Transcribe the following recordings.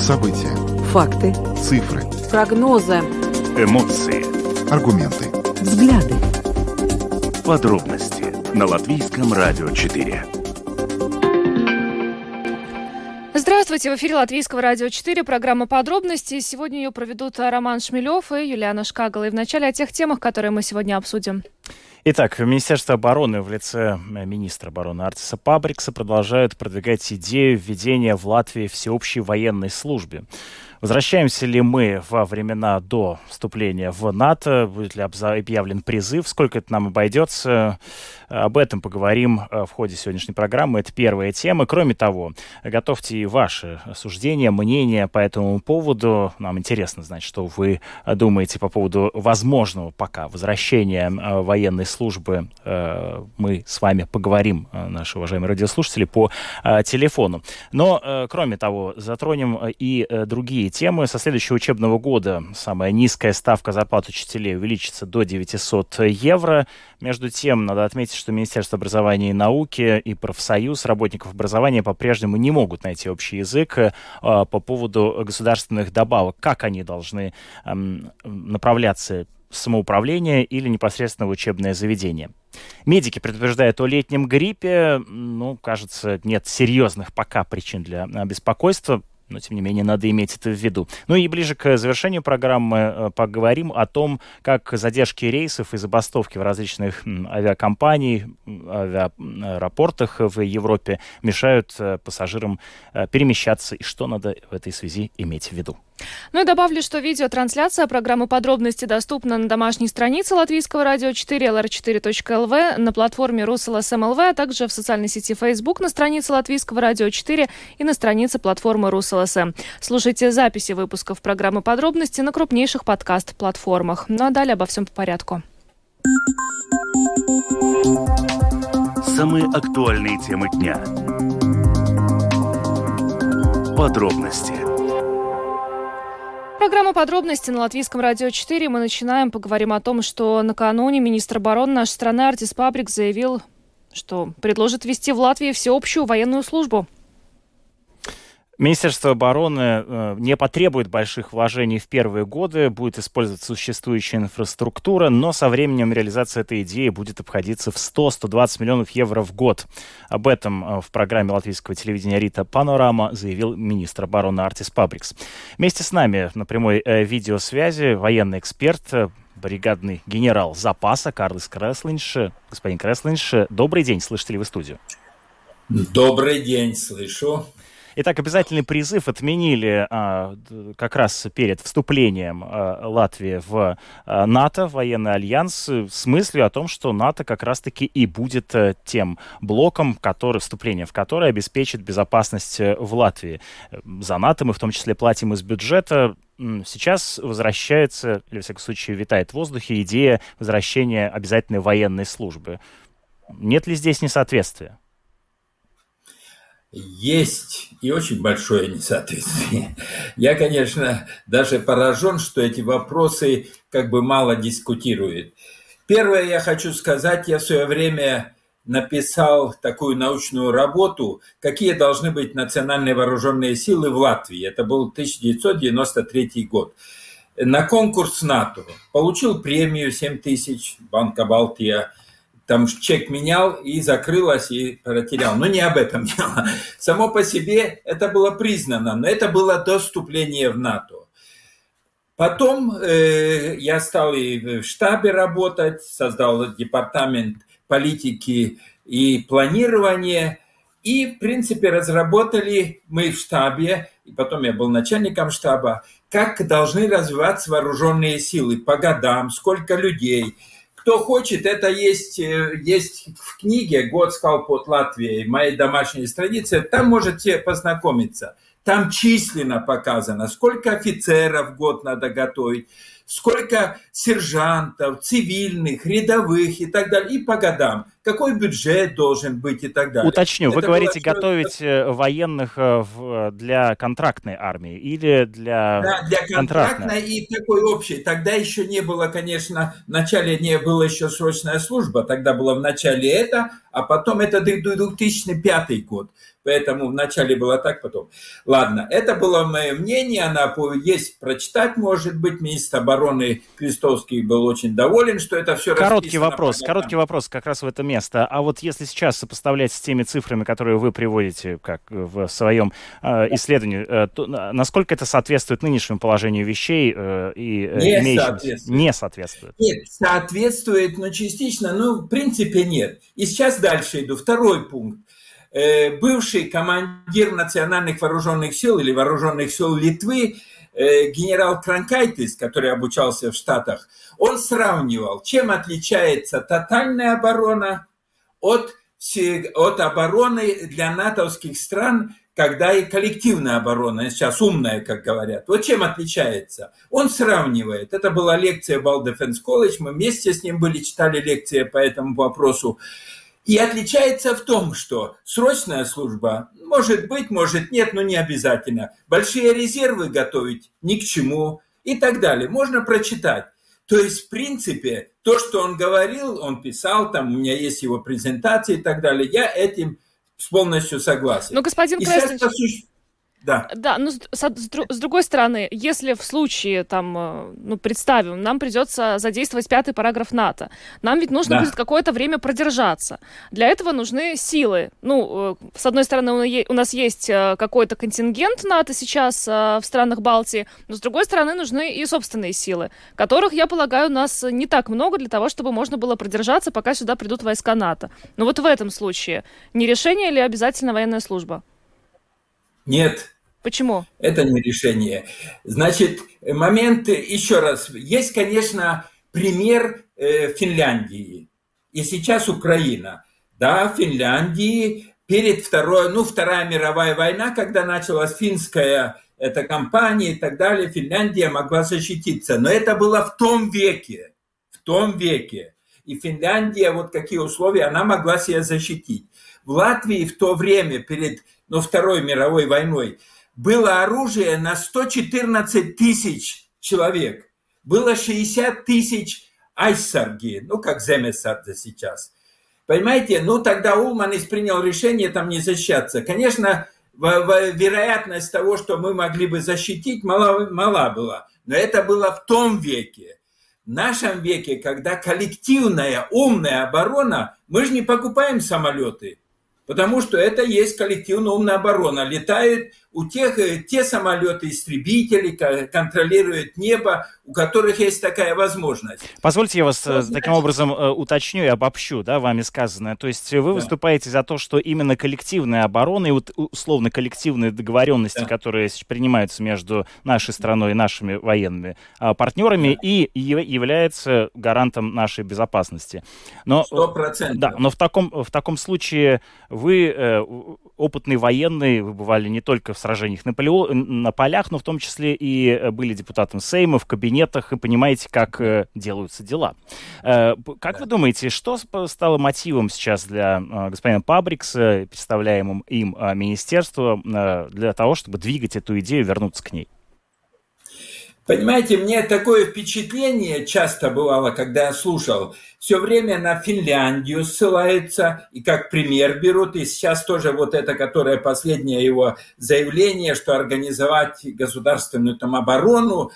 События. Факты. Цифры. Прогнозы. Эмоции. Аргументы. Взгляды. Подробности на Латвийском радио 4. Здравствуйте, в эфире Латвийского радио 4, программа «Подробности». Сегодня ее проведут Роман Шмелев и Юлиана Шкагала. И вначале о тех темах, которые мы сегодня обсудим. Итак, Министерство обороны в лице министра обороны Артиса Пабрикса продолжает продвигать идею введения в Латвии всеобщей военной службы. Возвращаемся ли мы во времена до вступления в НАТО? Будет ли объявлен призыв? Сколько это нам обойдется? Об этом поговорим в ходе сегодняшней программы. Это первая тема. Кроме того, готовьте и ваши суждения, мнения по этому поводу. Нам интересно знать, что вы думаете по поводу возможного пока возвращения военной службы. Мы с вами поговорим, наши уважаемые радиослушатели, по телефону. Но, кроме того, затронем и другие темы. Со следующего учебного года самая низкая ставка зарплат учителей увеличится до 900 евро. Между тем, надо отметить, что Министерство образования и науки и профсоюз работников образования по-прежнему не могут найти общий язык по поводу государственных добавок. Как они должны направляться в самоуправление или непосредственно в учебное заведение. Медики предупреждают о летнем гриппе. Кажется, нет серьезных пока причин для беспокойства. Но, тем не менее, надо иметь это в виду. И ближе к завершению программы поговорим о том, как задержки рейсов и забастовки в различных авиакомпаниях, аэропортах в Европе мешают пассажирам перемещаться и что надо в этой связи иметь в виду. И добавлю, что видеотрансляция программы «Подробности» доступна на домашней странице Латвийского радио 4, lr4.lv, на платформе RusLSM.lv, а также в социальной сети Facebook на странице Латвийского радио 4 и на странице платформы RusLSM. Слушайте записи выпусков программы «Подробности» на крупнейших подкаст-платформах. А далее обо всем по порядку. Самые актуальные темы дня. Подробности. Программа «Подробности» на Латвийском радио 4. Мы начинаем. Поговорим о том, что накануне министр обороны нашей страны Артис Пабрикс заявил, что предложит ввести в Латвии всеобщую военную службу. Министерство обороны не потребует больших вложений в первые годы, будет использовать существующая инфраструктура, но со временем реализация этой идеи будет обходиться в 100-120 миллионов евро в год. Об этом в программе латвийского телевидения «Рита Панорама» заявил министр обороны Артис Пабрикс. Вместе с нами на прямой видеосвязи военный эксперт, бригадный генерал запаса Карлис Креслинш. Господин Креслинш, добрый день, слышите ли вы студию? Добрый день, слышу. Итак, обязательный призыв отменили как раз перед вступлением Латвии в НАТО, в военный альянс, с мыслью о том, что НАТО как раз-таки и будет тем блоком, вступление в который обеспечит безопасность в Латвии. За НАТО мы в том числе платим из бюджета. Сейчас возвращается, или, во всяком случае, витает в воздухе идея возвращения обязательной военной службы. Нет ли здесь несоответствия? Есть и очень большое несоответствие. Я, конечно, даже поражен, что эти вопросы мало дискутируют. Первое, я хочу сказать, я в свое время написал такую научную работу, какие должны быть национальные вооруженные силы в Латвии. Это был 1993 год. На конкурс НАТО. Получил премию 7 тысяч, Банка Балтия. Там чек менял и закрылось, и потерял. Но не об этом дело. Само по себе это было признано, но это было до вступления в НАТО. Потом я стал и в штабе работать, создал департамент политики и планирования. И, в принципе, разработали мы в штабе, и потом я был начальником штаба, как должны развиваться вооруженные силы по годам, сколько людей. Кто хочет, это есть в книге «Годскалпот Латвии», моей домашней странице, там можете познакомиться. Там численно показано, сколько офицеров в год надо готовить, сколько сержантов, цивильных, рядовых и так далее, и по годам. какой бюджет должен быть и так далее. Уточню, вы Это говорите было готовить военных для контрактной армии или для... Да, для контрактной и такой общей. Тогда еще не было, конечно, вначале не было еще срочная служба, тогда было в начале это, а потом это 2005 год. Поэтому вначале было так, потом. Ладно, это было мое мнение, она есть прочитать, может быть. Министр обороны Крестовский был очень доволен, что это все Короткий вопрос как раз в это место. А вот если сейчас сопоставлять с теми цифрами, которые вы приводите как в своем исследовании, то насколько это соответствует нынешнему положению вещей и не соответствует? Нет, соответствует, но частично, в принципе нет. И сейчас дальше иду. Второй пункт. Бывший командир национальных вооруженных сил или вооруженных сил Литвы, генерал Кранкайтис, который обучался в Штатах, он сравнивал, чем отличается тотальная оборона от обороны для натовских стран, когда и коллективная оборона, сейчас умная, как говорят. Вот чем отличается? Он сравнивает. Это была лекция Ball Defense College, мы вместе с ним были, читали лекции по этому вопросу. И отличается в том, что срочная служба может быть, может нет, но не обязательно. Большие резервы готовить ни к чему и так далее. Можно прочитать. То есть, в принципе, то, что он говорил, он писал, там у меня есть его презентации и так далее, я этим полностью согласен. Но, господин Крестович... Да, но с другой стороны, если в случае, представим, нам придется задействовать 5-й параграф НАТО, нам ведь нужно будет какое-то время продержаться. Для этого нужны силы. С одной стороны, у нас есть какой-то контингент НАТО сейчас в странах Балтии, но с другой стороны, нужны и собственные силы, которых, я полагаю, у нас не так много для того, чтобы можно было продержаться, пока сюда придут войска НАТО. Но вот в этом случае не решение ли обязательно военная служба? Нет. Почему? Это не решение. Значит, момент, еще раз, есть, конечно, пример Финляндии. И сейчас Украина. Да, в Финляндии перед Вторая мировая война, когда началась финская кампания и так далее, Финляндия могла защититься. Но это было в том веке. И Финляндия, вот какие условия, она могла себя защитить. В Латвии в то время, перед Второй мировой войной, было оружие на 114 тысяч человек. Было 60 тысяч айсарги, как земесарги сейчас. Понимаете, тогда Улманис принял решение там не защищаться. Конечно, вероятность того, что мы могли бы защитить, мала была. Но это было в том веке. В нашем веке, когда коллективная умная оборона, мы же не покупаем самолеты. Потому что это есть коллективная умная оборона. Летают у те самолеты-истребители, контролируют небо, у которых есть такая возможность. Позвольте, я вас таким образом уточню и обобщу, вами сказанное. То есть вы выступаете за то, что именно коллективная оборона и условно коллективные договоренности, которые принимаются между нашей страной и нашими военными партнерами, и является гарантом нашей безопасности. 100%. Да, но в таком случае вы опытный военный, вы бывали не только в сражениях на полях, но в том числе и были депутатом Сейма, в кабинетах, и понимаете, как делаются дела. Как вы думаете, что стало мотивом сейчас для господина Пабрикса, представляемым им министерства, для того, чтобы двигать эту идею, вернуться к ней? Понимаете, мне такое впечатление часто бывало, когда я слушал, все время на Финляндию ссылаются и как пример берут. И сейчас тоже вот это, которое последнее его заявление, что организовать государственную оборону,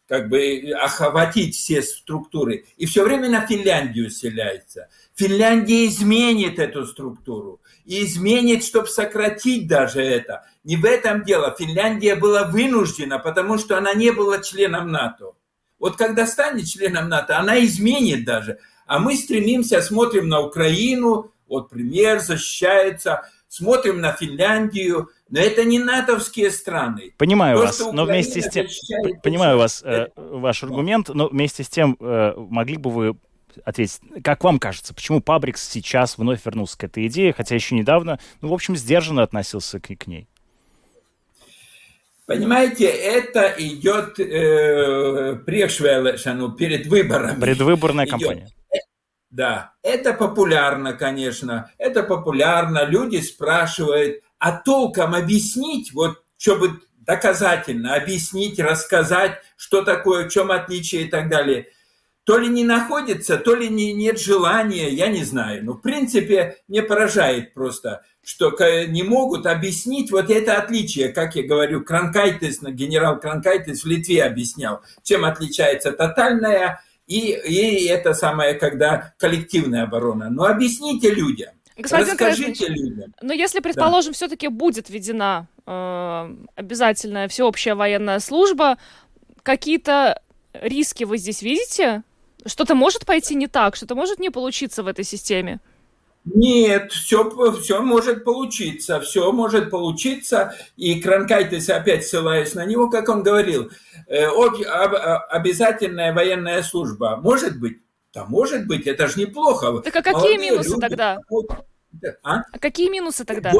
охватить все структуры. И все время на Финляндию ссылаются. Финляндия изменит эту структуру. И изменит, чтобы сократить даже это. Не в этом дело. Финляндия была вынуждена, потому что она не была членом НАТО. Вот когда станет членом НАТО, она изменит даже. А мы стремимся, смотрим на Украину, вот пример, защищается, смотрим на Финляндию, но это не натовские страны. Понимаю вас, но вместе с тем, понимаю вас, ваш аргумент, но вместе с тем могли бы вы ответить, как вам кажется, почему Пабрикс сейчас вновь вернулся к этой идее, хотя еще недавно, сдержанно относился к ней? Понимаете, это идет перед выборами. Предвыборная кампания. Да, это популярно, конечно, это популярно, люди спрашивают, а толком объяснить, вот, чтобы доказательно объяснить, рассказать, что такое, в чем отличие и так далее. То ли не находится, то ли нет желания, я не знаю. Но, в принципе, не поражает просто, что не могут объяснить вот это отличие. Как я говорю, Кранкайтис, генерал Кранкайтис в Литве объяснял, чем отличается тотальная и это самое, когда коллективная оборона. Но объясните людям. Господин Расскажите Краснович, людям. но если, предположим, все-таки будет введена обязательная всеобщая военная служба, какие-то риски вы здесь видите? Что-то может пойти не так, что-то может не получиться в этой системе? Нет, все может получиться, все может получиться. И Кранкайтис, опять ссылаюсь на него, как он говорил, обязательная военная служба. Может быть? Да может быть, это же неплохо. Так а какие минусы люди тогда? А какие минусы тогда?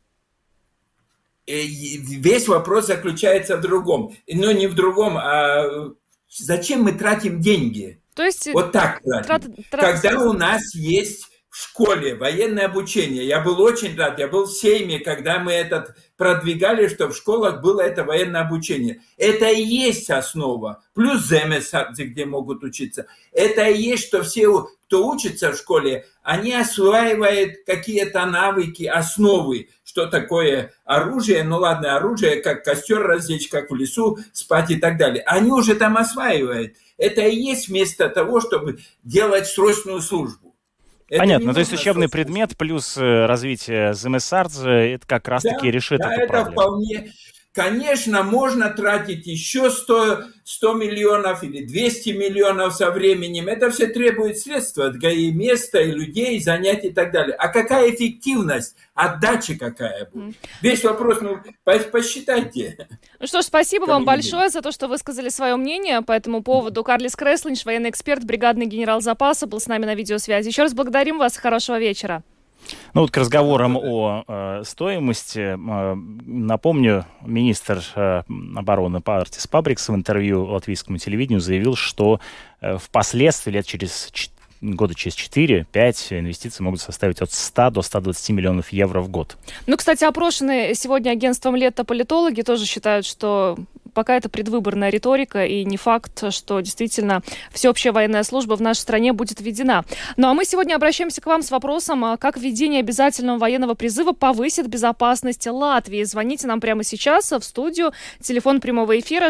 Весь вопрос заключается в другом. Но не в другом, а зачем мы тратим деньги? То есть вот так тратим. Когда у нас есть в школе военное обучение. Я был очень рад, я был в Сейме, когда мы продвигали, что в школах было это военное обучение. Это и есть основа. Плюс земесадзе, где могут учиться. Это и есть, что все, кто учится в школе, они осваивают какие-то навыки, основы, что такое оружие. Ну ладно, оружие, как костер разжечь, как в лесу спать и так далее. Они уже там осваивают. Это и есть вместо того, чтобы делать срочную службу. Понятно, то есть учебный предмет плюс развитие ЗМСАРДЗа, это как раз-таки решит эту проблему. Это вполне... Конечно, можно тратить еще 100 миллионов или 200 миллионов со временем. Это все требует средств, и места, и людей, и занятий и так далее. А какая эффективность, отдача какая будет? Весь вопрос, посчитайте. Ну что ж, спасибо вам большое за то, что высказали свое мнение по этому поводу. Карлис Креслинш, военный эксперт, бригадный генерал запаса, был с нами на видеосвязи. Еще раз благодарим вас, хорошего вечера. Ну вот к разговорам о стоимости, напомню, министр обороны Артис Пабрикс в интервью латвийскому телевидению заявил, что впоследствии, года через 4-5 инвестиции могут составить от 100 до 120 миллионов евро в год. Ну, кстати, опрошенные сегодня агентством «Лето» политологи тоже считают, что пока это предвыборная риторика, и не факт, что действительно всеобщая военная служба в нашей стране будет введена. Ну а мы сегодня обращаемся к вам с вопросом, как введение обязательного военного призыва повысит безопасность Латвии. Звоните нам прямо сейчас в студию. Телефон прямого эфира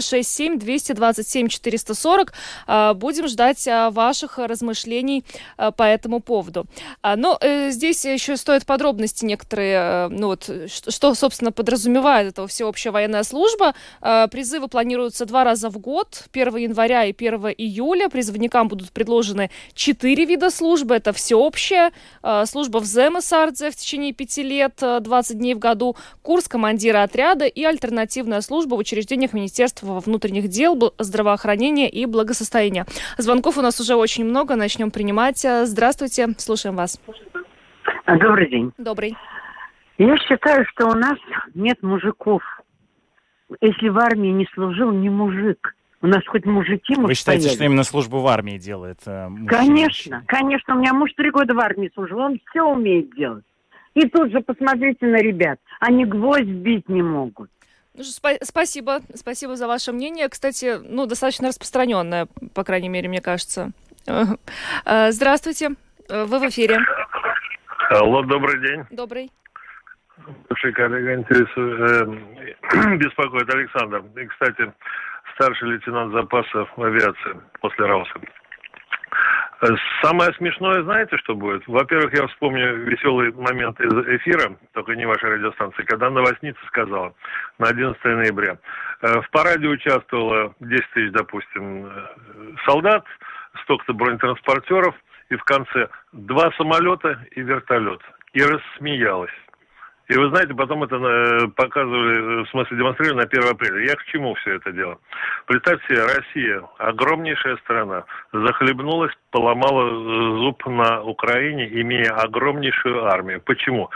67-227-440. Будем ждать ваших размышлений по этому поводу. Но здесь еще стоят подробности некоторые, что, собственно, подразумевает эта всеобщая военная служба. Призывы планируются 2 раза в год, 1 января и 1 июля. Призывникам будут предложены 4 вида службы. Это всеобщая служба в ЗМСАРДЗе в течение 5 лет, 20 дней в году, курс командира отряда и альтернативная служба в учреждениях Министерства внутренних дел, здравоохранения и благосостояния. Звонков у нас уже очень много, начнем принимать. Здравствуйте, слушаем вас. Добрый день. Добрый. Я считаю, что у нас нет мужиков. Если в армии не служил, не мужик. У нас хоть мужики Вы считаете, стояли. что именно службу в армии делает мужчина? Конечно. У меня муж 3 года в армии служил, он все умеет делать. И тут же посмотрите на ребят. Они гвоздь бить не могут. Спасибо за ваше мнение. Кстати, достаточно распространенное, по крайней мере, мне кажется. Здравствуйте, вы в эфире. Алло, добрый день. Добрый. Бывший коллега беспокоит Александр. И, кстати, старший лейтенант запаса авиации после Рауса. Самое смешное, знаете, что будет? Во-первых, я вспомню веселый момент из эфира, только не вашей радиостанции, когда новостница сказала на 11 ноября. В параде участвовало 10 тысяч, допустим, солдат, столько-то бронетранспортеров, и в конце 2 самолета и вертолет. И рассмеялась. И вы знаете, потом это показывали, в смысле демонстрировали на 1 апреля. Я к чему все это дело? Представьте себе, Россия, огромнейшая страна, захлебнулась, поломала зуб на Украине, имея огромнейшую армию. Почему?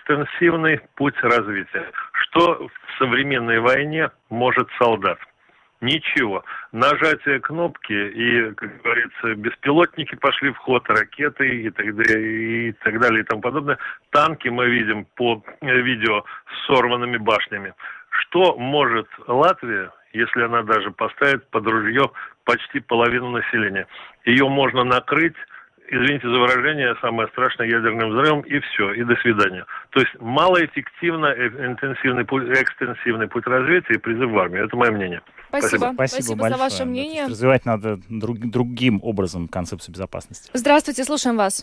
Экстенсивный путь развития. Что в современной войне может солдат? Ничего. Нажатие кнопки и, как говорится, беспилотники пошли в ход, ракеты и так далее и тому подобное. Танки мы видим по видео с сорванными башнями. Что может Латвия, если она даже поставит под ружье почти половину населения? Ее можно накрыть, извините за выражение, самое страшное, ядерным взрывом, и все, и до свидания. То есть малоэффективно экстенсивный путь развития и призыв в армию. Это мое мнение. Спасибо большое. за ваше мнение. Развивать надо другим образом концепцию безопасности. Здравствуйте, слушаем вас.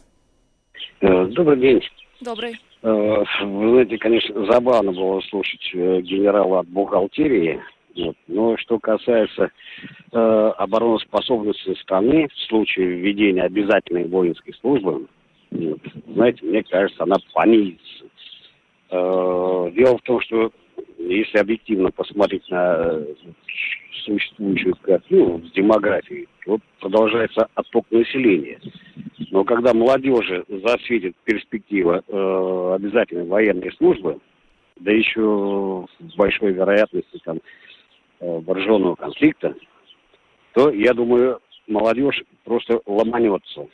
Добрый день. Добрый. Вы знаете, конечно, забавно было слушать генерала от бухгалтерии. Вот. Но что касается обороноспособности страны в случае введения обязательной воинской службы, вот, знаете, мне кажется, она понизится. Дело в том, что если объективно посмотреть на существующую картину с демографией, вот продолжается отток населения. Но когда молодежи засветит перспектива обязательной военной службы, да еще с большой вероятностью там вооруженного конфликта, то, я думаю, молодежь просто ломанется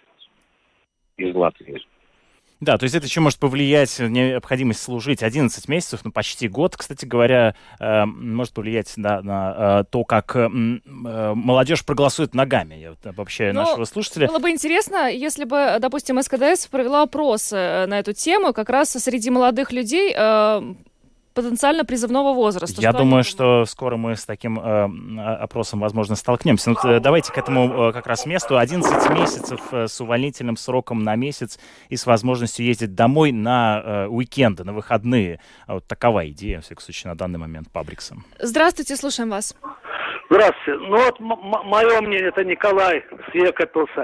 из Латвии. Да, то есть это еще может повлиять, необходимость служить 11 месяцев, ну почти год, кстати говоря, может повлиять на то, как молодежь проголосует ногами. Я вот обобщаю нашего слушателя. Было бы интересно, если бы, допустим, СКДС провела опрос на эту тему, как раз среди молодых людей потенциально призывного возраста. Я думаю, что скоро мы с таким опросом, возможно, столкнемся. Ну, давайте к этому как раз месту. 11 месяцев с увольнительным сроком на месяц и с возможностью ездить домой на уикенды, на выходные. Вот такова идея, в всяком случае, на данный момент Пабрикса. Здравствуйте, слушаем вас. Здравствуйте. Ну вот мое мнение, это Николай Свекопился.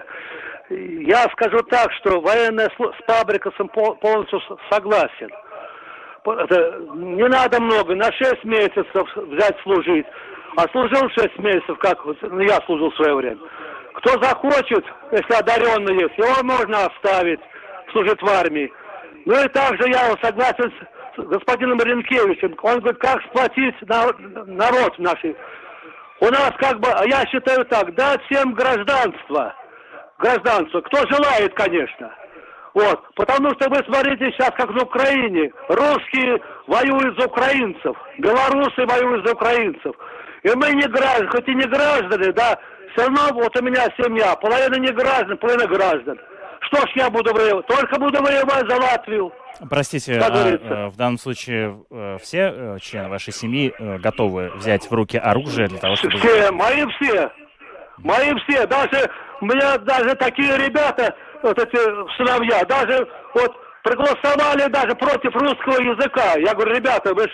Я скажу так, что военная с Пабрикасом полностью согласен. Не надо много, на 6 месяцев взять служить. А служил 6 месяцев, как я служил в свое время. Кто захочет, если одаренный есть, его можно оставить, служить в армии. Ну и также я согласен с господином Ренкевичем. Он говорит, как сплотить народ нашей. У нас как бы, я считаю так, дать всем гражданство. Гражданство. Кто желает, конечно. Вот, потому что вы смотрите сейчас, как в Украине. Русские воюют за украинцев, белорусы воюют за украинцев. И мы не граждане, хоть и не граждане, да, все равно вот у меня семья, половина не граждан, половина граждан. Что ж я буду воевать? Только буду воевать за Латвию. Простите, в данном случае все члены вашей семьи готовы взять в руки оружие для того, чтобы... Все, мои все, даже, у меня даже такие ребята... Вот эти сыновья, даже вот проголосовали даже против русского языка. Я говорю, ребята, вы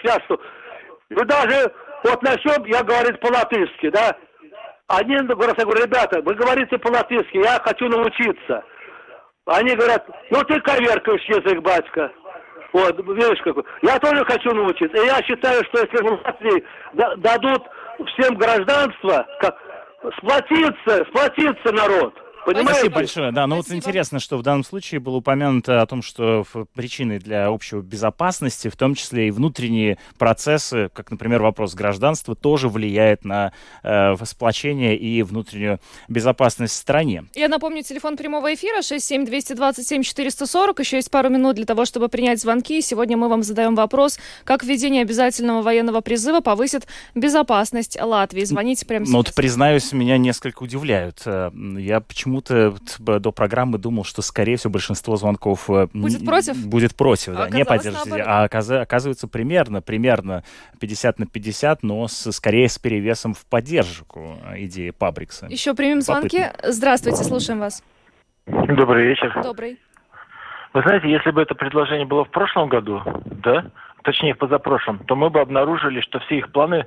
даже вот начнем, я говорю по-латышски, да? Они говорят, я говорю, ребята, вы говорите по-латышски, я хочу научиться. Они говорят, ну ты коверкаешь язык, батька. Вот, видишь, какой. Я тоже хочу научиться. И я считаю, что если в Латвии дадут всем гражданство, как сплотиться народ. Понимаете? Спасибо большое. Да, ну вот интересно, что в данном случае было упомянуто о том, что причиной для общей безопасности, в том числе и внутренние процессы, как, например, вопрос гражданства, тоже влияет на сплочение и внутреннюю безопасность в стране. Я напомню, телефон прямого эфира 67-227-440. Еще есть пару минут для того, чтобы принять звонки. Сегодня мы вам задаем вопрос, как введение обязательного военного призыва повысит безопасность Латвии. Звоните прямо сейчас. Ну вот, признаюсь, меня несколько удивляют. Я почему-то до программы думал, что, скорее всего, большинство звонков будет против. Будет против, да, не поддерживать. А оказывается, примерно 50/50, но скорее с перевесом в поддержку идеи Пабрикса. Еще примем звонки. Здравствуйте, слушаем вас. Добрый вечер. Добрый. Вы знаете, если бы это предложение было в прошлом году, да, точнее в позапрошлом, то мы бы обнаружили, что все их планы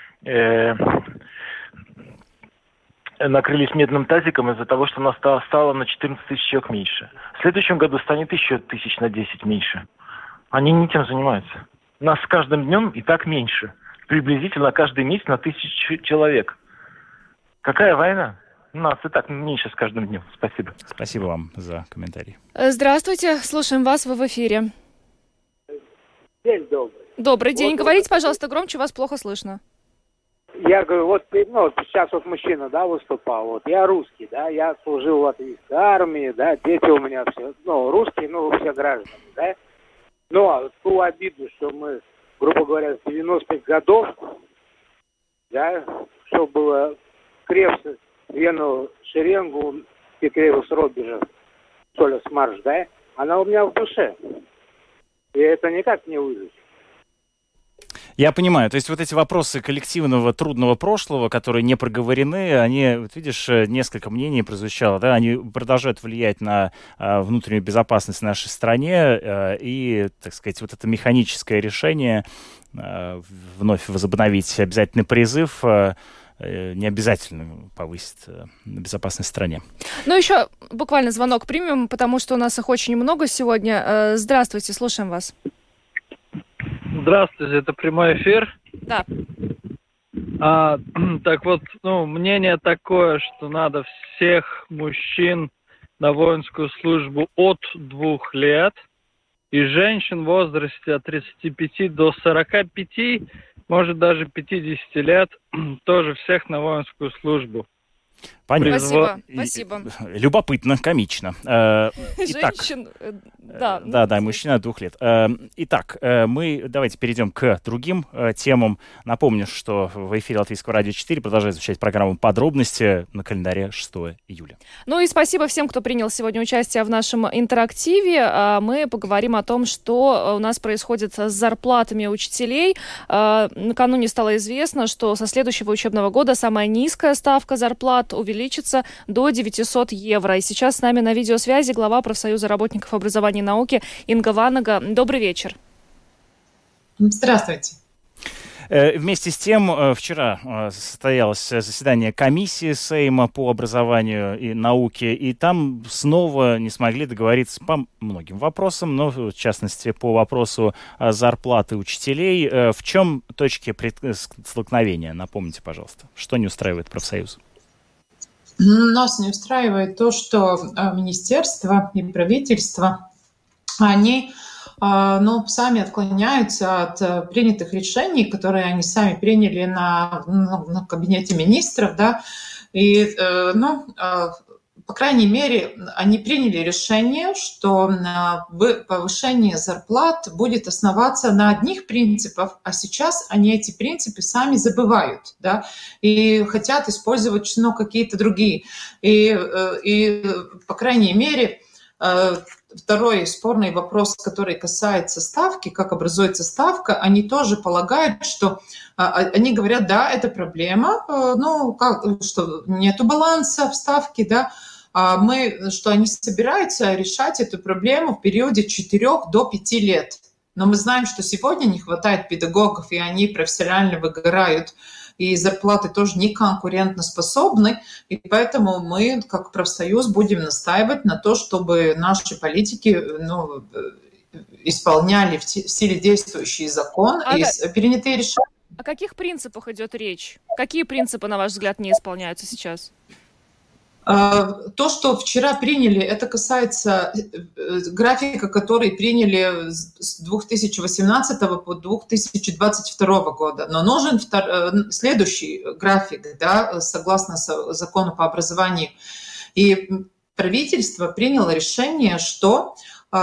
накрылись медным тазиком из-за того, что у нас стало на 14 тысяч человек меньше. В следующем году станет еще тысяч на 10 меньше. Они не тем занимаются. Нас с каждым днем и так меньше. Приблизительно каждый месяц на 1000 человек. Какая война? Нас и так меньше с каждым днем. Спасибо. Спасибо вам за комментарий. Здравствуйте, слушаем вас, вы в эфире. День добрый. Добрый день. Говорите, пожалуйста, громче, вас плохо слышно. Я говорю, вот сейчас вот мужчина, да, выступал, вот я русский, да, я служил в латвийской армии, да, дети у меня все, русские, все граждане, да. Но ту обиду, что мы, грубо говоря, с 90-х годов, да, что было крепс, Вену, Шеренгу, Петревус, Робежев, Солес, Марш, да, она у меня в душе. И это никак не выжить. Я понимаю. То есть вот эти вопросы коллективного трудного прошлого, которые не проговорены, они, вот видишь, несколько мнений прозвучало, да, они продолжают влиять на внутреннюю безопасность в нашей стране, и, так сказать, вот это механическое решение вновь возобновить обязательный призыв не обязательно повысит безопасность в стране. Еще буквально звонок примем, потому что у нас их очень много сегодня. Здравствуйте, слушаем вас. Здравствуйте, это прямой эфир? Да. Так вот, мнение такое, что надо всех мужчин на воинскую службу от 2 лет и женщин в возрасте от 35 до 45, может даже 50 лет, тоже всех на воинскую службу. Понятно. Спасибо. Любопытно, комично. Женщин, да, мужчина 2 лет. Итак, мы давайте перейдем к другим темам. Напомню, что в эфире Латвийского радио 4 продолжает звучать программа «Подробности» на календаре 6 июля. И спасибо всем, кто принял сегодня участие в нашем интерактиве. Мы поговорим о том, что у нас происходит с зарплатами учителей. Накануне стало известно, что со следующего учебного года самая низкая ставка зарплат увеличится до 900 евро. И сейчас с нами на видеосвязи глава профсоюза работников образования и науки Инга Ванага. Добрый вечер. Здравствуйте. Вместе с тем, вчера состоялось заседание комиссии Сейма по образованию и науке, и там снова не смогли договориться по многим вопросам, но в частности по вопросу зарплаты учителей. В чем точки столкновения? Напомните, пожалуйста, что не устраивает профсоюз? Нас не устраивает то, что министерство и правительство, они сами отклоняются от принятых решений, которые они сами приняли на кабинете министров, да, и, по крайней мере, они приняли решение, что повышение зарплат будет основаться на одних принципах, а сейчас они эти принципы сами забывают, да, и хотят использовать какие-то другие. И по крайней мере, второй спорный вопрос, который касается ставки, как образуется ставка, они тоже полагают, что они говорят, да, это проблема, что нету баланса в ставке, да, что они собираются решать эту проблему в периоде 4 до 5 лет. Но мы знаем, что сегодня не хватает педагогов, и они профессионально выгорают, и зарплаты тоже не конкурентоспособны, и поэтому мы, как профсоюз, будем настаивать на то, чтобы наши политики исполняли в силе действующий закон и перенятые решения. О каких принципах идет речь? Какие принципы, на ваш взгляд, не исполняются сейчас? То, что вчера приняли, это касается графика, который приняли с 2018 по 2022 года. Но нужен следующий график, да, согласно закону по образованию. И правительство приняло решение, что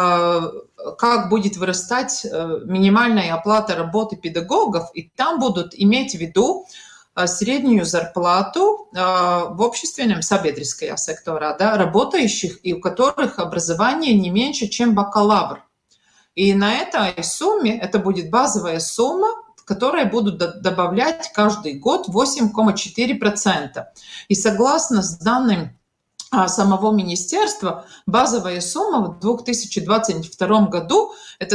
как будет вырастать минимальная оплата работы педагогов, и там будут иметь в виду среднюю зарплату в общественном сабедриская сектора, да, работающих, и у которых образование не меньше, чем бакалавр. И на этой сумме, это будет базовая сумма, которые будут добавлять каждый год 8,4%. И согласно с данным самого министерства, базовая сумма в 2022 году это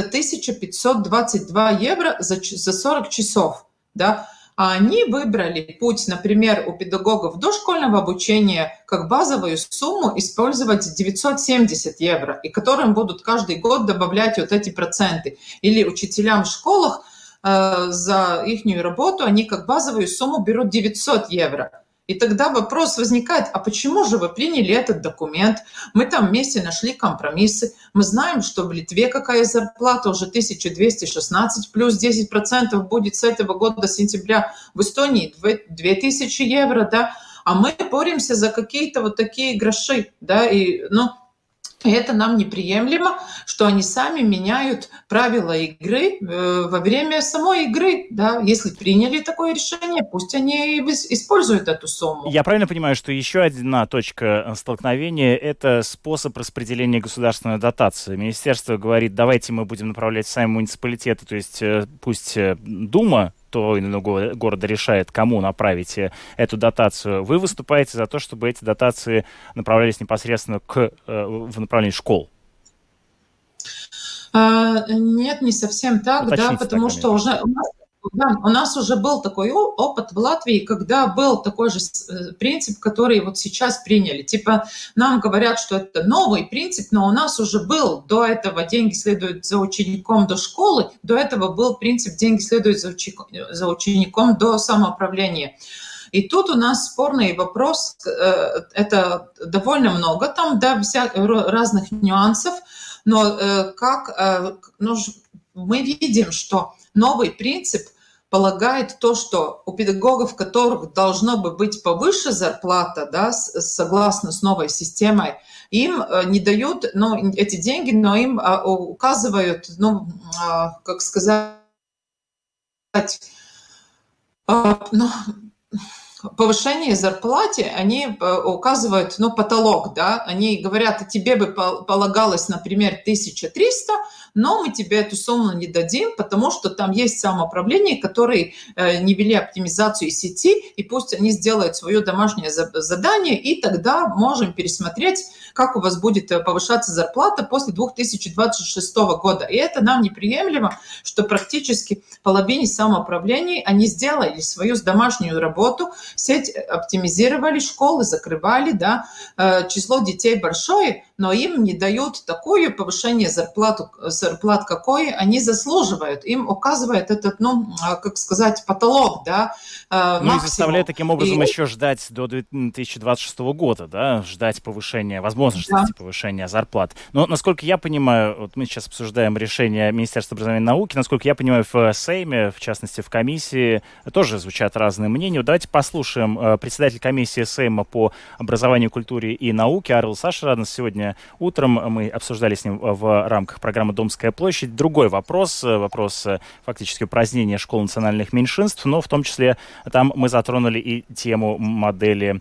1522 евро за 40 часов. Да? А они выбрали путь, например, у педагогов дошкольного обучения как базовую сумму использовать 970 евро, и которым будут каждый год добавлять вот эти проценты. Или учителям в школах за их работу они как базовую сумму берут 900 евро. И тогда вопрос возникает, а почему же вы приняли этот документ? Мы там вместе нашли компромиссы. Мы знаем, что в Литве какая зарплата, уже 1216 плюс 10% будет с этого года, сентября. В Эстонии 2000 евро, да. А мы боремся за какие-то вот такие гроши, да, и, это нам неприемлемо, что они сами меняют правила игры во время самой игры. Да? Если приняли такое решение, пусть они используют эту сумму. Я правильно понимаю, что еще одна точка столкновения – это способ распределения государственной дотации. Министерство говорит, давайте мы будем направлять в сами муниципалитеты, то есть пусть Дума того или иного города решает, кому направить эту дотацию. Вы выступаете за то, чтобы эти дотации направлялись непосредственно в направлении школ? Нет, не совсем так, да, потому что уже у нас уже был такой опыт в Латвии, когда был такой же принцип, который вот сейчас приняли. Типа нам говорят, что это новый принцип, но у нас уже был до этого деньги следуют за учеником до школы, до этого был принцип деньги следуют за учеником до самоуправления. И тут у нас спорный вопрос, это довольно много там, да, разных нюансов, но мы видим, что новый принцип полагает то, что у педагогов, которых должно бы быть повыше зарплата, да, согласно с новой системой, им не дают эти деньги, но им указывают, как сказать, повышение зарплаты, они указывают, потолок, да, они говорят, тебе бы полагалось, например, 1300, но мы тебе эту сумму не дадим, потому что там есть самоуправление, которые не вели оптимизацию сети, и пусть они сделают свое домашнее задание, и тогда можем пересмотреть, как у вас будет повышаться зарплата после 2026 года. И это нам неприемлемо, что практически половине самоуправлений они сделали свою домашнюю работу, сеть оптимизировали, школы закрывали, да, число детей большое, но им не дают такое повышение зарплат, какое они заслуживают. Им указывает этот, потолок, да, максимум. И заставляет таким образом еще ждать до 2026 года, да, ждать повышения, возможности повышения зарплат. Но, насколько я понимаю, вот мы сейчас обсуждаем решение Министерства образования и науки, насколько я понимаю, в Сейме, в частности в комиссии, тоже звучат разные мнения. Давайте послушаем председатель комиссии Сейма по образованию, культуре и науке Арвилс Ашараденс. Сегодня утром мы обсуждали с ним в рамках программы «Домская площадь». Другой вопрос фактически упразднения школ национальных меньшинств, но в том числе там мы затронули и тему модели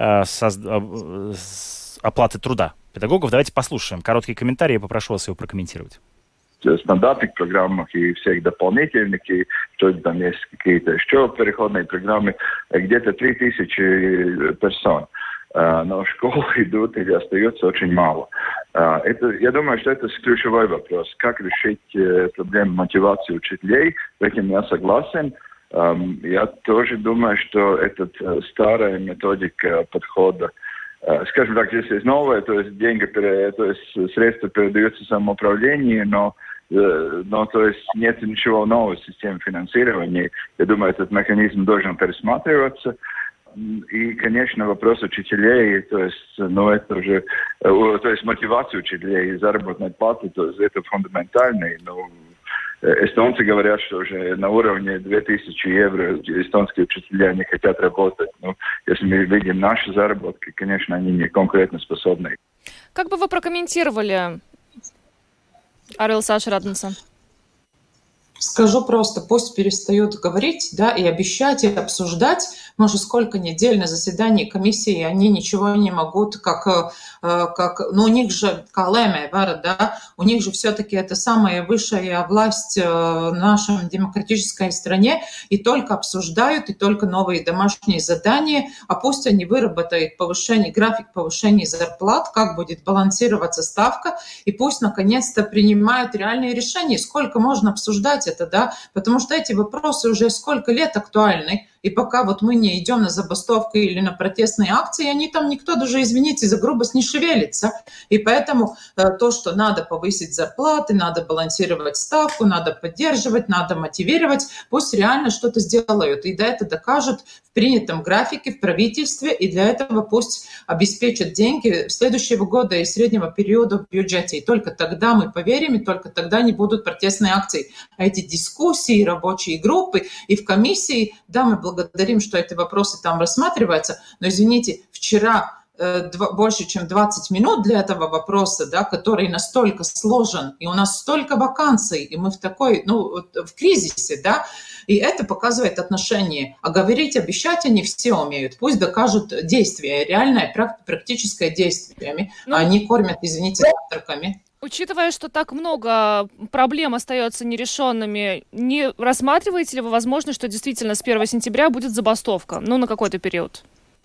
оплаты труда педагогов. Давайте послушаем короткий комментарий, я попрошу вас его прокомментировать. Стандартных программах и всех дополнительных, и что там есть какие-то еще переходные программы, где-то 3000 персон. Но школы идут или остается очень мало. Я думаю, что это ключевой вопрос. Как решить проблему мотивации учителей? В этом я согласен. Я тоже думаю, что это старая методика подхода. Скажем так, здесь есть новое, то есть деньги, то есть средства передаются самоуправлению, но то есть нет ничего нового в системе финансирования. Я думаю, этот механизм должен пересматриваться. И, конечно, вопрос учителей, то есть, это уже, то есть мотивация учителей и заработной платы, то есть это фундаментально. Эстонцы говорят, что уже на уровне 2000 евро эстонские учителя не хотят работать. Если мы видим наши заработки, конечно, они не конкурентоспособны. Как бы вы прокомментировали Арвилс Ашараденса? Скажу просто, пусть перестают говорить, да, и обещать, и обсуждать. Может, сколько недель на заседании комиссии они ничего не могут, у них же калеме, да, у них же все-таки это самая высшая власть в нашей демократической стране, и только обсуждают, и только новые домашние задания, а пусть они выработают график повышения зарплат, как будет балансироваться ставка, и пусть наконец-то принимают реальные решения, сколько можно обсуждать это, да, потому что эти вопросы уже сколько лет актуальны. И пока вот мы не идем на забастовку или на протестные акции, они там никто даже, извините за грубость, не шевелится. И поэтому то, что надо повысить зарплаты, надо балансировать ставку, надо поддерживать, надо мотивировать, пусть реально что-то сделают. И это докажут в принятом графике, в правительстве, и для этого пусть обеспечат деньги следующего года и среднего периода в бюджете. И только тогда мы поверим, и только тогда не будут протестные акции. А эти дискуссии, рабочие группы и в комиссии, да, мы благодарим, что эти вопросы там рассматриваются, но, извините, вчера больше, чем 20 минут для этого вопроса, да, который настолько сложен, и у нас столько вакансий, и мы в такой, в кризисе, да, и это показывает отношение. А говорить, обещать они все умеют. Пусть докажут действие, реальное, практическое действиями, а они кормят, извините, завтраками. Учитывая, что так много проблем остается нерешенными, не рассматриваете ли вы возможность, что действительно с 1 сентября будет забастовка, на какой-то период?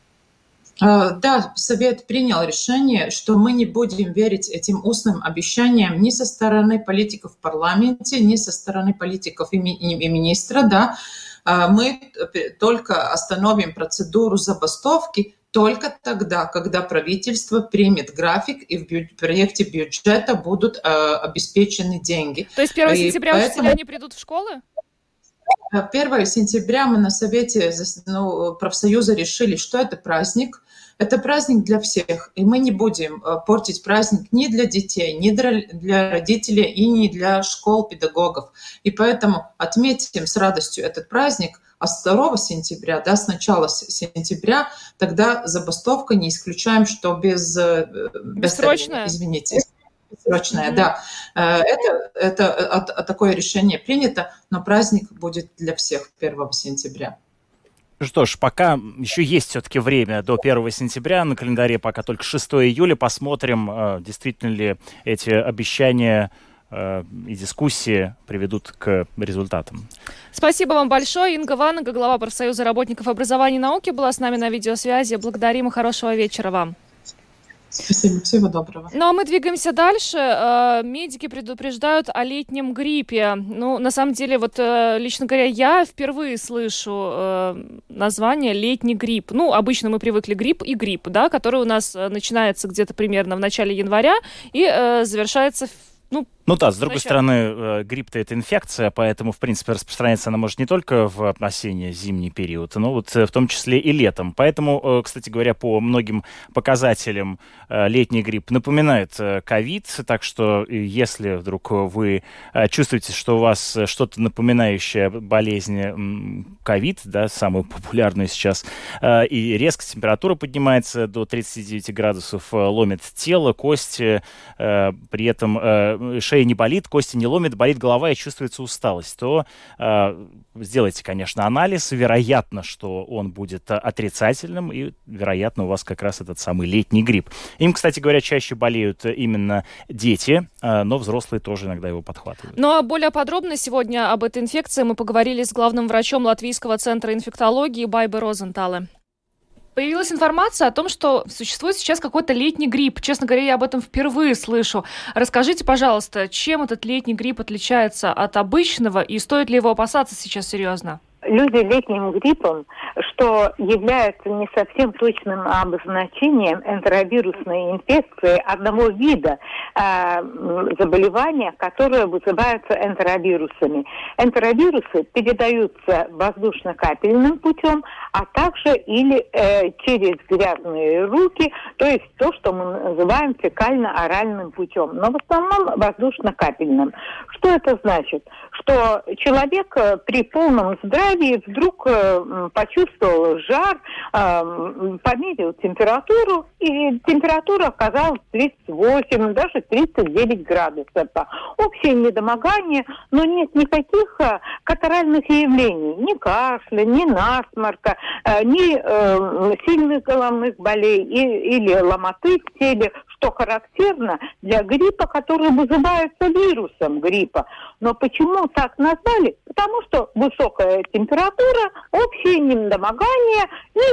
Да, Совет принял решение, что мы не будем верить этим устным обещаниям ни со стороны политиков в парламенте, ни со стороны политиков и министра. Да. Мы только остановим процедуру забастовки только тогда, когда правительство примет график и в проекте бюджета будут обеспечены деньги. То есть 1 сентября учителя не придут в школы? 1 сентября мы на Совете профсоюза решили, что это праздник. Это праздник для всех, и мы не будем портить праздник ни для детей, ни для родителей и ни для школ, педагогов. И поэтому отметим с радостью этот праздник, а с 2 сентября, с начала сентября, тогда забастовка, не исключаем, что бессрочная? Бессрочная, да. Это такое решение принято, но праздник будет для всех 1 сентября. Что ж, пока еще есть все-таки время до 1 сентября, на календаре пока только 6 июля, посмотрим, действительно ли эти обещания и дискуссии приведут к результатам. Спасибо вам большое. Инга Ванага, глава профсоюза работников образования и науки, была с нами на видеосвязи. Благодарим и хорошего вечера вам. Спасибо, всего доброго. Ну а мы двигаемся дальше. Медики предупреждают о летнем гриппе. На самом деле, лично говоря, я впервые слышу название «летний грипп». Обычно мы привыкли грипп и грипп, да, который у нас начинается где-то примерно в начале января и завершается с другой стороны, грипп-то это инфекция, поэтому, в принципе, распространяться она может не только в осенне-зимний период, но в том числе и летом. Поэтому, кстати говоря, по многим показателям летний грипп напоминает ковид, так что если вдруг вы чувствуете, что у вас что-то напоминающее болезнь ковид, да, самую популярную сейчас, и резко температура поднимается до 39 градусов, ломит тело, кости, при этом шея не болит, кости не ломит, болит голова и чувствуется усталость, то сделайте, конечно, анализ. Вероятно, что он будет отрицательным, и, вероятно, у вас как раз этот самый летний грипп. Им, кстати говоря, чаще болеют именно дети, но взрослые тоже иногда его подхватывают. Ну а более подробно сегодня об этой инфекции мы поговорили с главным врачом Латвийского центра инфектологии Байбой Розентале. Появилась информация о том, что существует сейчас какой-то летний грипп. Честно говоря, я об этом впервые слышу. Расскажите, пожалуйста, чем этот летний грипп отличается от обычного и стоит ли его опасаться сейчас серьезно? Люди летним гриппом, что является не совсем точным обозначением энтеровирусной инфекции одного вида заболевания, которое вызывается энтеровирусами. Энтеровирусы передаются воздушно-капельным путем, а также или через грязные руки, то есть то, что мы называем фекально-оральным путем, но в основном воздушно-капельным. Что это значит? Что человек при полном здравии вдруг почувствовал жар, померил температуру, и температура оказалась 38, даже 39 градусов. Общее недомогание, но нет никаких катаральных явлений, ни кашля, ни насморка, ни сильных головных болей или ломоты в теле, что характерно для гриппа, который вызывается вирусом гриппа. Но почему так назвали? Потому что высокая температура, общее недомогание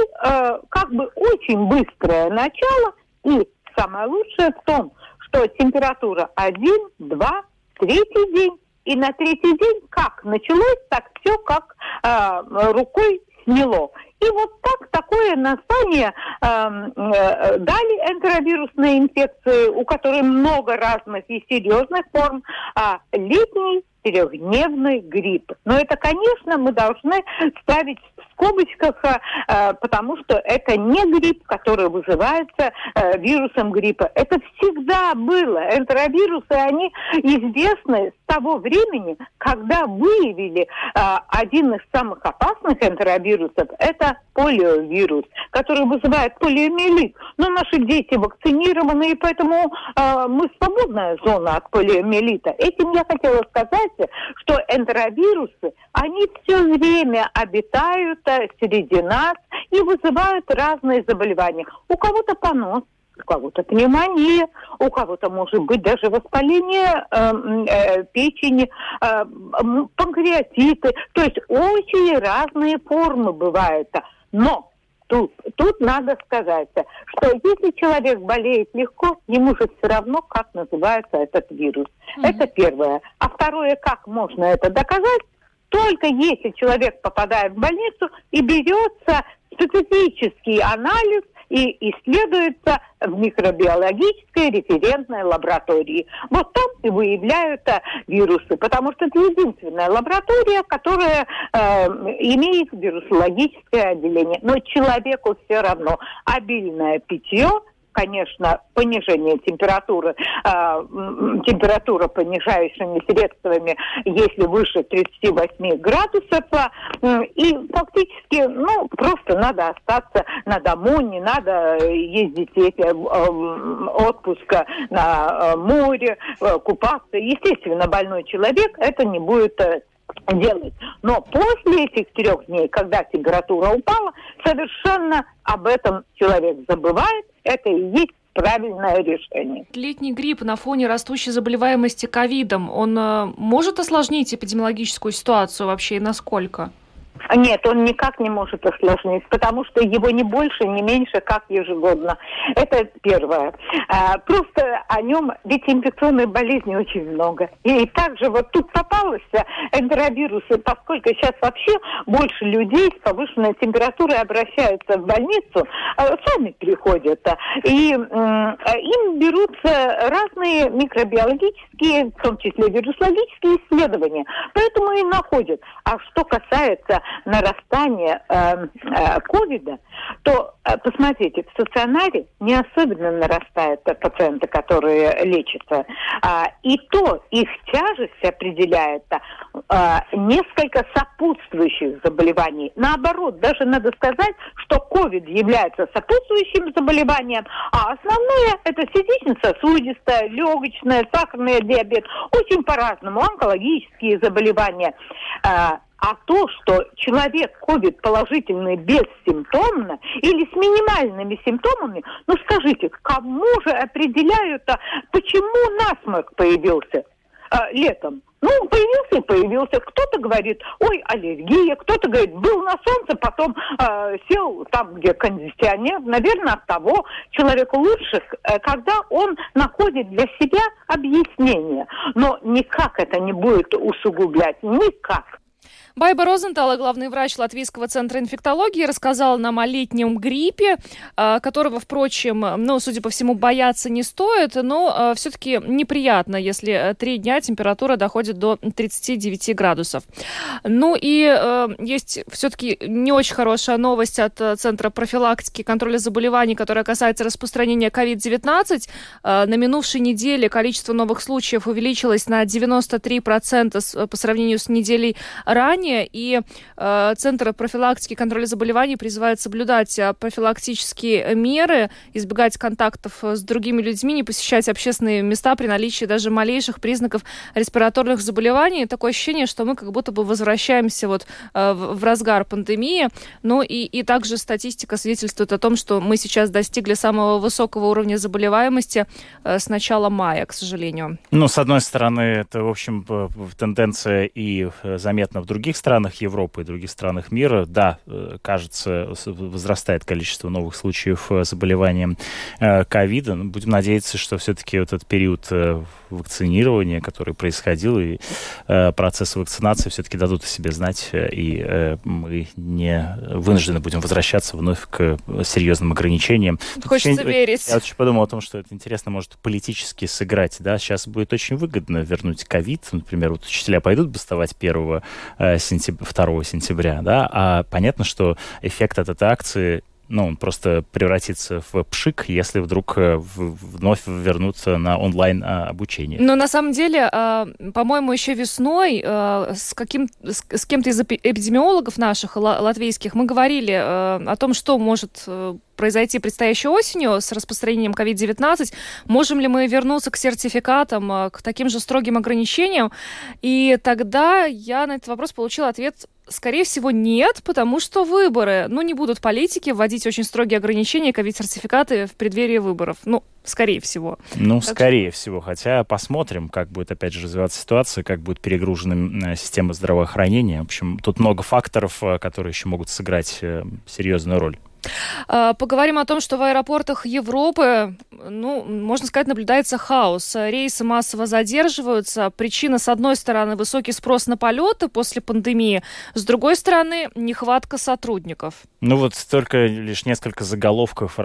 и очень быстрое начало. И самое лучшее в том, что температура 1, 2, третий день. И на третий день как началось, так все как рукой сняло. И вот такое название дали энтеровирусной инфекции, у которой много разных и серьезных форм, летний трехдневный грипп. Но это, конечно, мы должны ставить в скобочках, потому что это не грипп, который вызывается вирусом гриппа. Это всегда было. Энтеровирусы, они известны с того времени, когда выявили один из самых опасных энтеровирусов. Это полиовирус, который вызывает полиомиелит. Но наши дети вакцинированы, и поэтому мы свободная зона от полиомиелита. Этим я хотела сказать, что энтеровирусы, они все время обитают среди нас и вызывают разные заболевания. У кого-то понос, у кого-то пневмония, у кого-то может быть даже воспаление печени, панкреатиты. То есть очень разные формы бывают. Но тут надо сказать, что если человек болеет легко, ему же все равно, как называется этот вирус. Это первое. А второе, как можно это доказать? Только если человек попадает в больницу и берется специфический анализ и исследуется в микробиологической референтной лаборатории. Вот там и выявляют вирусы, потому что это единственная лаборатория, которая имеет вирусологическое отделение. Но человеку все равно обильное питье, конечно, понижение температуры, температура понижающими средствами, если выше 38 градусов, и фактически, просто надо остаться на дому, не надо ездить отпуска на море, купаться. Естественно, больной человек это не будет делать. Но после этих 3 дней, когда температура упала, совершенно об этом человек забывает. Это и есть правильное решение. Летний грипп на фоне растущей заболеваемости ковидом, он может осложнить эпидемиологическую ситуацию вообще и насколько? Нет, он никак не может осложнить, потому что его не больше, не меньше, как ежегодно. Это первое. Просто о нем, ведь инфекционной болезни очень много. И также вот тут попалось энтеровирусы, поскольку сейчас вообще больше людей с повышенной температурой обращаются в больницу, сами приходят, и им берутся разные микробиологические, в том числе вирусологические исследования. Поэтому и находят. А что касается нарастания ковида, то, посмотрите, в стационаре не особенно нарастают пациенты, которые лечатся. И то их тяжесть определяет несколько сопутствующих заболеваний. Наоборот, даже надо сказать, что ковид является сопутствующим заболеванием, а основное это сердечно-сосудистое, легочное, сахарный диабет. Очень по-разному, онкологические заболевания. А то, что человек ковид положительный бессимптомно или с минимальными симптомами, скажите, кому же определяют, почему насморк появился летом? Появился. Кто-то говорит, ой, аллергия, кто-то говорит, был на солнце, потом сел там, где кондиционер. Наверное, от того человеку лучше, когда он находит для себя объяснение. Но никак это не будет усугублять, никак. Байба Розентал, главный врач Латвийского центра инфектологии, рассказала нам о летнем гриппе, которого, впрочем, судя по всему, бояться не стоит, но все-таки неприятно, если 3 дня температура доходит до 39 градусов. Есть все-таки не очень хорошая новость от Центра профилактики и контроля заболеваний, которая касается распространения COVID-19. На минувшей неделе количество новых случаев увеличилось на 93% по сравнению с неделей ранее, и Центр профилактики и контроля заболеваний призывает соблюдать профилактические меры, избегать контактов с другими людьми, не посещать общественные места при наличии даже малейших признаков респираторных заболеваний. Такое ощущение, что мы как будто бы возвращаемся в разгар пандемии. И также статистика свидетельствует о том, что мы сейчас достигли самого высокого уровня заболеваемости с начала мая, к сожалению. С одной стороны, это, в общем, тенденция и заметна в других странах Европы и других странах мира, да, кажется, возрастает количество новых случаев заболевания ковида. Будем надеяться, что все-таки вот этот период вакцинирования, который происходил, и процесс вакцинации все-таки дадут о себе знать, и мы не вынуждены будем возвращаться вновь к серьезным ограничениям. Хочется верить. Я вот еще подумал о том, что это интересно может политически сыграть. Да? Сейчас будет очень выгодно вернуть ковид. Например, вот учителя пойдут бастовать 2 сентября, да? А понятно, что эффект от этой акции, он просто превратится в пшик, если вдруг вновь вернуться на онлайн-обучение. Но на самом деле, по-моему, еще весной с кем-то из эпидемиологов наших латвийских мы говорили о том, что может произойти предстоящей осенью с распространением COVID-19. Можем ли мы вернуться к сертификатам, к таким же строгим ограничениям? И тогда я на этот вопрос получила ответ: скорее всего, нет, потому что выборы. Не будут политики вводить очень строгие ограничения, ковид-сертификаты в преддверии выборов. Скорее всего. Скорее всего. Хотя посмотрим, как будет, опять же, развиваться ситуация, как будет перегружена система здравоохранения. В общем, тут много факторов, которые еще могут сыграть серьезную роль. Поговорим о том, что в аэропортах Европы, можно сказать, наблюдается хаос. Рейсы массово задерживаются. Причина, с одной стороны, высокий спрос на полеты после пандемии, с другой стороны, нехватка сотрудников. Только лишь несколько заголовков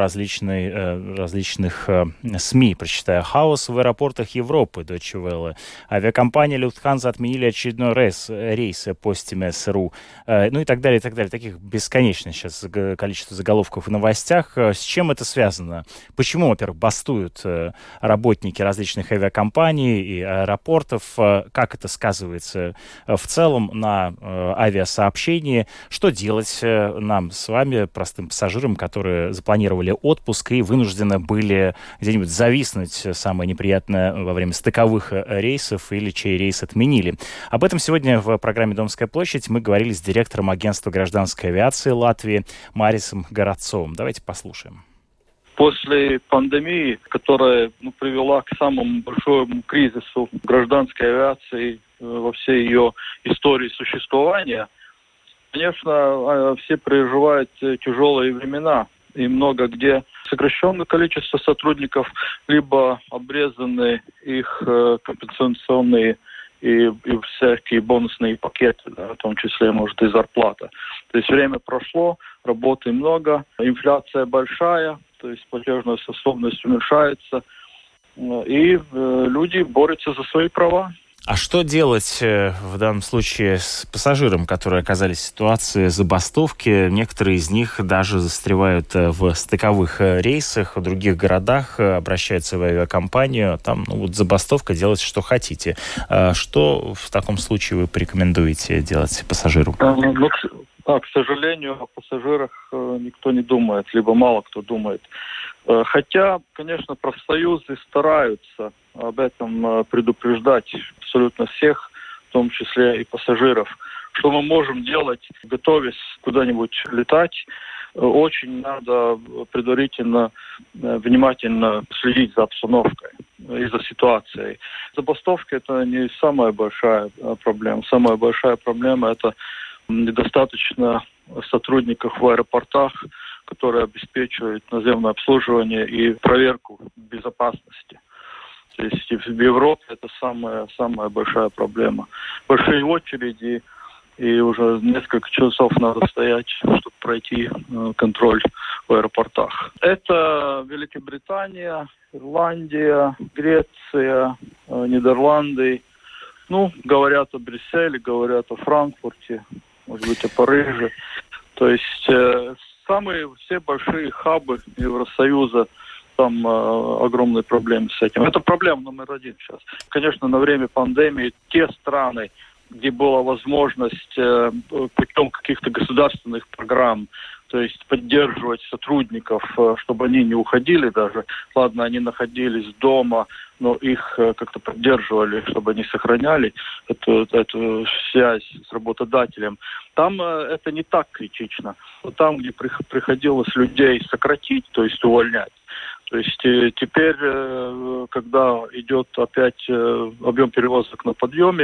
различных СМИ, прочитаю. Хаос в аэропортах Европы, Deutsche Welle. Авиакомпания Lufthansa отменили очередной рейс по СРУ. И так далее, и так далее. Таких бесконечное сейчас количество заголовков в новостях. С чем это связано? Почему, во-первых, бастуют работники различных авиакомпаний и аэропортов? Как это сказывается в целом на авиасообщении? Что делать нам с вами, простым пассажирам, которые запланировали отпуск и вынуждены были где-нибудь зависнуть, самое неприятное, во время стыковых рейсов или чей рейс отменили? Об этом сегодня в программе «Домская площадь» мы говорили с директором агентства гражданской авиации Латвии Марисом Городцовым. Давайте послушаем. После пандемии, которая привела к самому большому кризису гражданской авиации во всей ее истории существования, конечно, все переживают тяжелые времена. И много где сокращенное количество сотрудников, либо обрезаны их компенсационные и всякие бонусные пакеты, в том числе, может, и зарплата. То есть время прошло, работы много, инфляция большая, то есть платежная способность уменьшается, и люди борются за свои права. А что делать в данном случае с пассажиром, которые оказались в ситуации забастовки? Некоторые из них даже застревают в стыковых рейсах в других городах, обращаются в авиакомпанию, там забастовка, делайте что хотите. Что в таком случае вы порекомендуете делать пассажиру? К сожалению, о пассажирах никто не думает, либо мало кто думает. Хотя, конечно, профсоюзы стараются об этом предупреждать абсолютно всех, в том числе и пассажиров. Что мы можем делать, готовясь куда-нибудь летать? Очень надо предварительно, внимательно следить за обстановкой и за ситуацией. Забастовка – это не самая большая проблема. Самая большая проблема – это недостаточно сотрудников в аэропортах, которые обеспечивают наземное обслуживание и проверку безопасности. То есть в Европе это самая большая проблема. Большие очереди, и уже несколько часов надо стоять, чтобы пройти контроль в аэропортах. Это Великобритания, Ирландия, Греция, Нидерланды. Говорят о Брюсселе, говорят о Франкфурте, может быть, о Париже. То есть все большие хабы Евросоюза, там огромные проблемы с этим. Это проблема номер один сейчас. Конечно, на время пандемии те страны, где была возможность путем каких-то государственных программ, то есть поддерживать сотрудников, чтобы они не уходили даже. Ладно, они находились дома, но их как-то поддерживали, чтобы они сохраняли эту связь с работодателем. Там это не так критично. Там, где приходилось людей сократить, то есть увольнять, то есть теперь, когда идет опять объем перевозок на подъеме,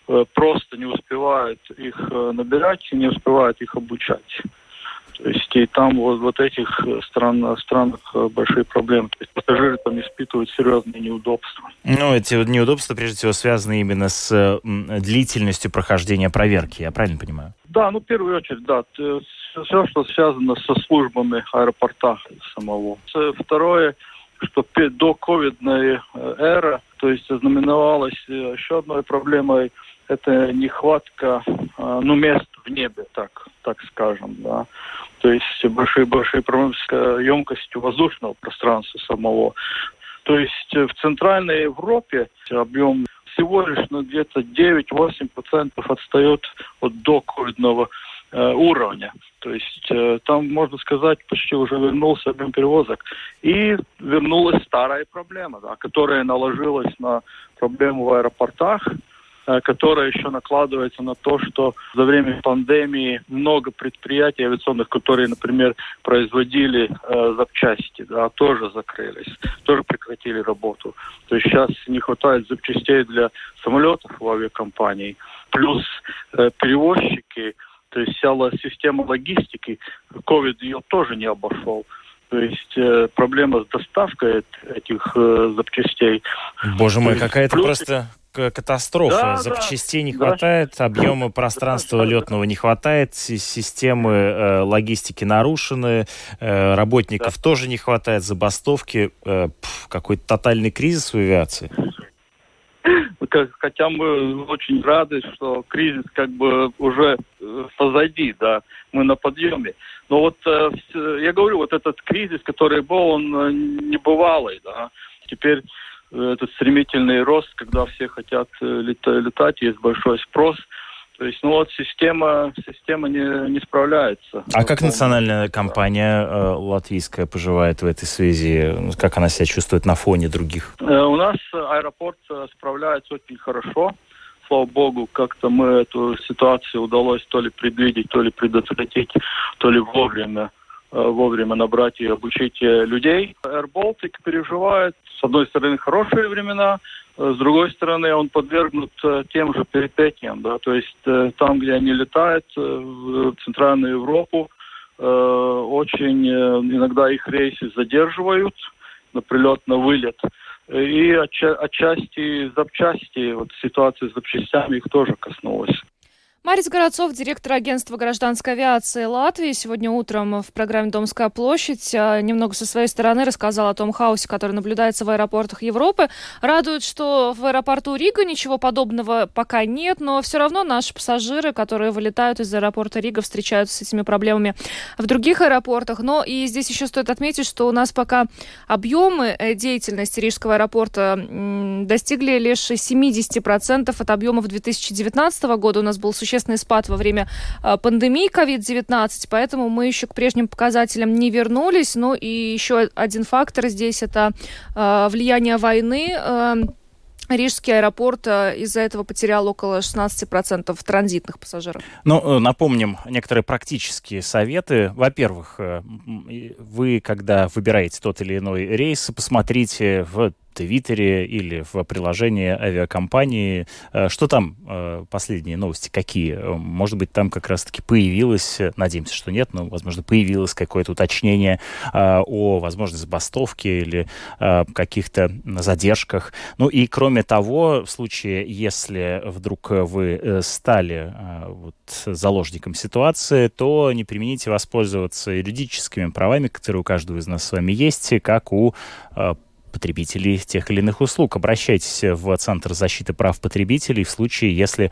просто не успевают их набирать и не успевают их обучать. То есть и там вот этих странах большие проблемы. То есть пассажиры там испытывают серьезные неудобства. Ну, эти неудобства, прежде всего, связаны именно с длительностью прохождения проверки, я правильно понимаю? Да, в первую очередь, да. Все, что связано со службами аэропорта самого. Второе, что до ковидной эры, то есть ознаменовалась еще одной проблемой, это нехватка мест в небе, так скажем, да. То есть большие проблемы с емкостью воздушного пространства самого. То есть в Центральной Европе объем всего лишь где-то 9-8% отстает от доковидного уровня. То есть там, можно сказать, почти уже вернулся объем перевозок. И вернулась старая проблема, да, которая наложилась на проблему в аэропортах, которая еще накладывается на то, что за время пандемии много предприятий авиационных, которые, например, производили запчасти, да, тоже закрылись, тоже прекратили работу. То есть сейчас не хватает запчастей для самолетов в авиакомпании, плюс перевозчики, то есть вся система логистики, ковид ее тоже не обошел. То есть проблема с доставкой этих запчастей. Боже мой, какая-то просто катастрофа. Да, запчастей не хватает, объема пространства летного не хватает, системы логистики нарушены, работников тоже не хватает, забастовки. Какой-то тотальный кризис в авиации. Хотя мы очень рады, что кризис уже позади, да, мы на подъеме. Но вот я говорю, вот этот кризис, который был, он небывалый, да. Теперь этот стремительный рост, когда все хотят летать, есть большой спрос. То есть, система не справляется. А как национальная компания латвийская поживает в этой связи? Как она себя чувствует на фоне других? У нас аэропорт справляется очень хорошо. Слава богу, как-то мы эту ситуацию удалось то ли предвидеть, то ли предотвратить, то ли вовремя набрать и обучить людей. Air Baltic переживает, с одной стороны, хорошие времена, с другой стороны, он подвергнут тем же перипетиям, да, то есть там, где они летают, в Центральную Европу, очень иногда их рейсы задерживают на прилет, на вылет, и отчасти запчасти, вот ситуация с запчастями их тоже коснулась. Марис Городцов, директор агентства гражданской авиации Латвии, сегодня утром в программе «Домская площадь» немного со своей стороны рассказал о том хаосе, который наблюдается в аэропортах Европы. Радует, что в аэропорту Рига ничего подобного пока нет, но все равно наши пассажиры, которые вылетают из аэропорта Рига, встречаются с этими проблемами в других аэропортах. Но и здесь еще стоит отметить, что у нас пока объемы деятельности Рижского аэропорта достигли лишь 70% от объемов 2019 года. У нас был существенный спад во время пандемии COVID-19, поэтому мы еще к прежним показателям не вернулись. Ну и еще один фактор здесь – это влияние войны. Рижский аэропорт из-за этого потерял около 16% транзитных пассажиров. Ну, напомним некоторые практические советы. Во-первых, вы, когда выбираете тот или иной рейс, посмотрите в Твиттере или в приложении авиакомпании. Что там последние новости? Какие? Может быть, там как раз-таки появилось, надеемся, что нет, но, возможно, появилось какое-то уточнение о возможной забастовке или каких-то задержках. Ну и, кроме того, в случае, если вдруг вы стали заложником ситуации, то не примените воспользоваться юридическими правами, которые у каждого из нас с вами есть, как у потребителей тех или иных услуг. Обращайтесь в Центр защиты прав потребителей в случае, если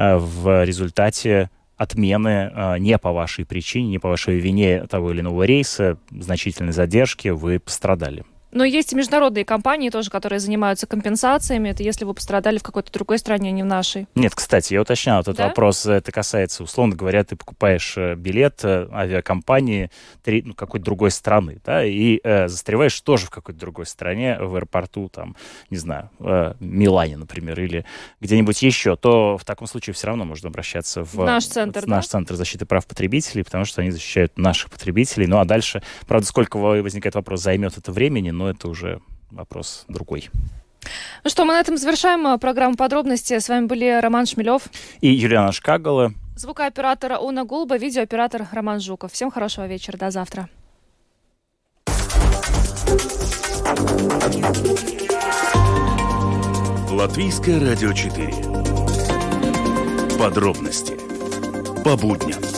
в результате отмены не по вашей причине, не по вашей вине того или иного рейса, значительной задержки вы пострадали. Но есть и международные компании тоже, которые занимаются компенсациями. Это если вы пострадали в какой-то другой стране, а не в нашей. Нет, кстати, я уточнял этот вопрос. Это касается, условно говоря, ты покупаешь билет авиакомпании какой-то другой страны, да, и застреваешь тоже в какой-то другой стране, в аэропорту, там, не знаю, Милане, например, или где-нибудь еще, то в таком случае все равно можно обращаться в наш центр защиты прав потребителей, потому что они защищают наших потребителей. Ну, а дальше, правда, сколько возникает вопрос, займет это времени, но это уже вопрос другой. Ну что, мы на этом завершаем программу «Подробности». С вами были Роман Шмелев и Юлиана Шкагала. Звукооператор Уна Гулба, видеооператор Роман Жуков. Всем хорошего вечера, до завтра. Латвийское радио 4. Подробности по будням.